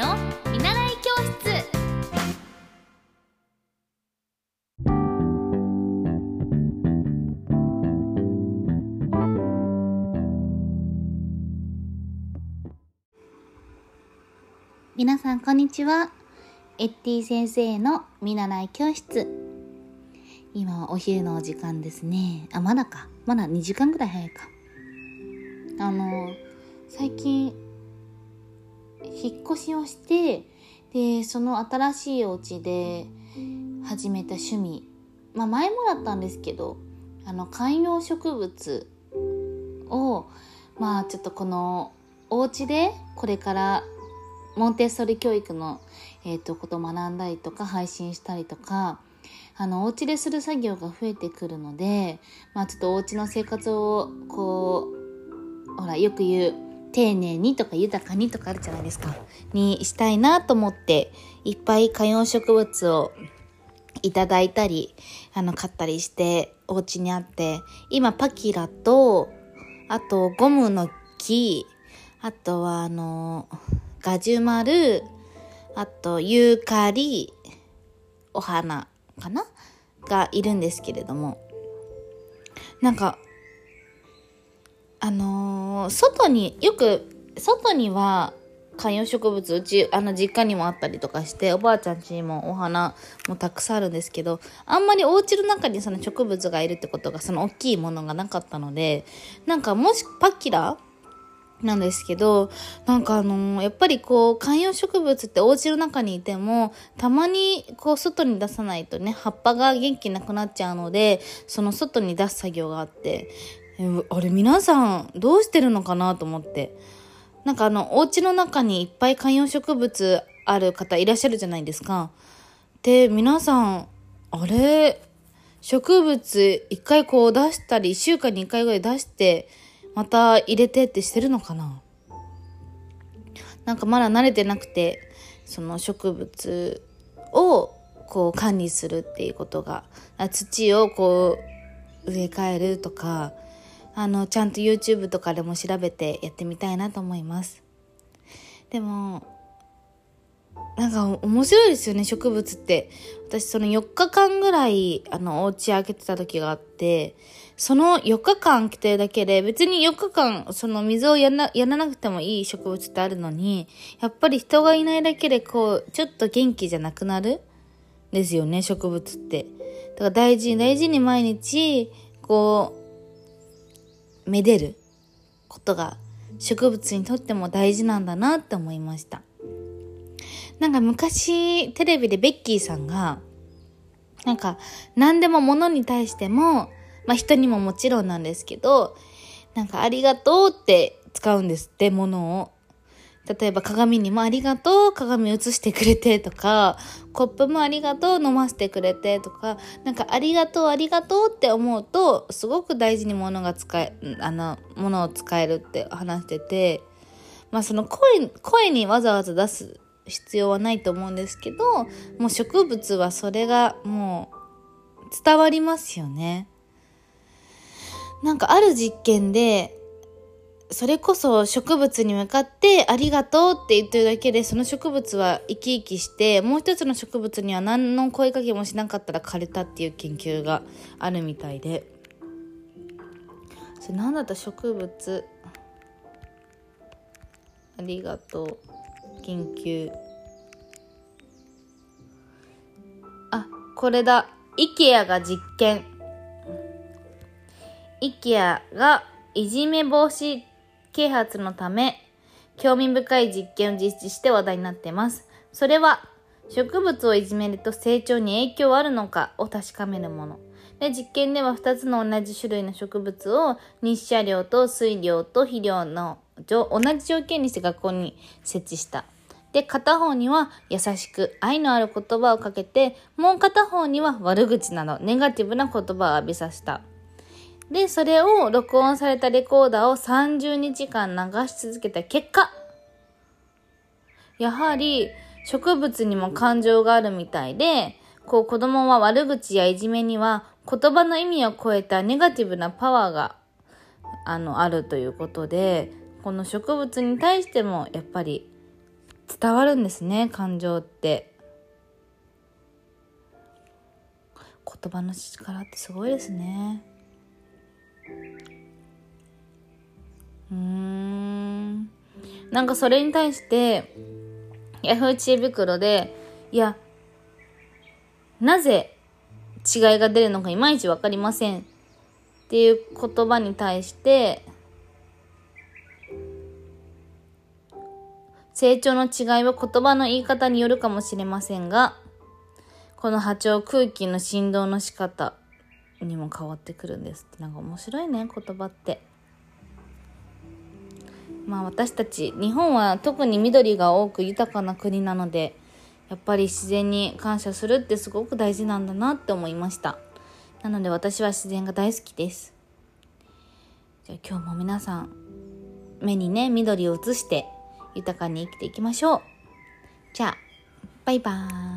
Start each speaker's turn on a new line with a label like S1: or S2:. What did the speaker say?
S1: の見習い教室。皆さんこんにちは。エッティ先生の見習い教室。今はお昼のお時間ですね。まだ2時間ぐらい早いか。最近引っ越しをして、でその新しいお家で始めた趣味、前もだったんですけど、観葉植物をちょっとこのお家でこれからモンテッソーリ教育のことを学んだりとか配信したりとか、お家でする作業が増えてくるので、ちょっとお家の生活をよく言う丁寧にとか豊かにとかあるじゃないですか、にしたいなと思っていっぱい観葉植物をいただいたり買ったりしてお家にあって、今パキラとあとゴムの木、あとはガジュマル、あとユーカリ、お花かながいるんですけれども、外には観葉植物、うち実家にもあったりとかして、おばあちゃん家にもお花もたくさんあるんですけど、あんまりお家の中にその植物がいるってことが、その大きいものがなかったので、もしパキラなんですけど、やっぱり観葉植物ってお家の中にいてもたまに外に出さないとね、葉っぱが元気なくなっちゃうので、その外に出す作業があって、あれ皆さんどうしてるのかなと思って、お家の中にいっぱい観葉植物ある方いらっしゃるじゃないですか。で皆さん植物一回出したり、1週間に1回ぐらい出してまた入れてってしてるのかな。まだ慣れてなくて、その植物を管理するっていうことが、土を植え替えるとか、ちゃんと YouTube とかでも調べてやってみたいなと思います。でも面白いですよね、植物って。私その4日間ぐらいお家開けてた時があって、その4日間開けてるだけで、別に4日間その水をやらなくてもいい植物ってあるのに、やっぱり人がいないだけでちょっと元気じゃなくなるんですよね、植物って。だから大事に毎日めでることが植物にとっても大事なんだなって思いました。昔テレビでベッキーさんが何でも物に対しても、人にももちろんなんですけど、ありがとうって使うんですって、物を。例えば鏡にもありがとう、鏡映してくれてとか、コップもありがとう、飲ませてくれてとか、ありがとうって思うと、すごく大事に物を使えるって話してて、その声にわざわざ出す必要はないと思うんですけど、もう植物はそれがもう伝わりますよね。ある実験で、それこそ植物に向かってありがとうって言ってるだけで、その植物は生き生きして、もう一つの植物には何の声かけもしなかったら枯れたっていう研究があるみたいで、それ何だった植物ありがとう研究、これだ。IKEA が実験、IKEA がいじめ防止啓発のため興味深い実験を実施して話題になっています。それは植物をいじめると成長に影響あるのかを確かめるもので、実験では2つの同じ種類の植物を日射量と水量と肥料の同じ条件にして学校に設置した。で、片方には優しく愛のある言葉をかけて、もう片方には悪口などネガティブな言葉を浴びさせた。で、それを録音されたレコーダーを30日間流し続けた結果、やはり植物にも感情があるみたいで、子供は悪口やいじめには言葉の意味を超えたネガティブなパワーがあるということで、この植物に対してもやっぱり伝わるんですね、感情って。言葉の力ってすごいですね。なんかそれに対してヤフー知恵袋で、いや、なぜ違いが出るのかいまいちわかりませんっていう言葉に対して、成長の違いは言葉の言い方によるかもしれませんが、この波長、空気の振動の仕方にも変わってくるんですって。なんか面白いね、言葉って。私たち日本は特に緑が多く豊かな国なので、やっぱり自然に感謝するってすごく大事なんだなって思いました。なので私は自然が大好きです。じゃあ今日も皆さん目にね、緑を映して豊かに生きていきましょう。じゃあバイバーイ。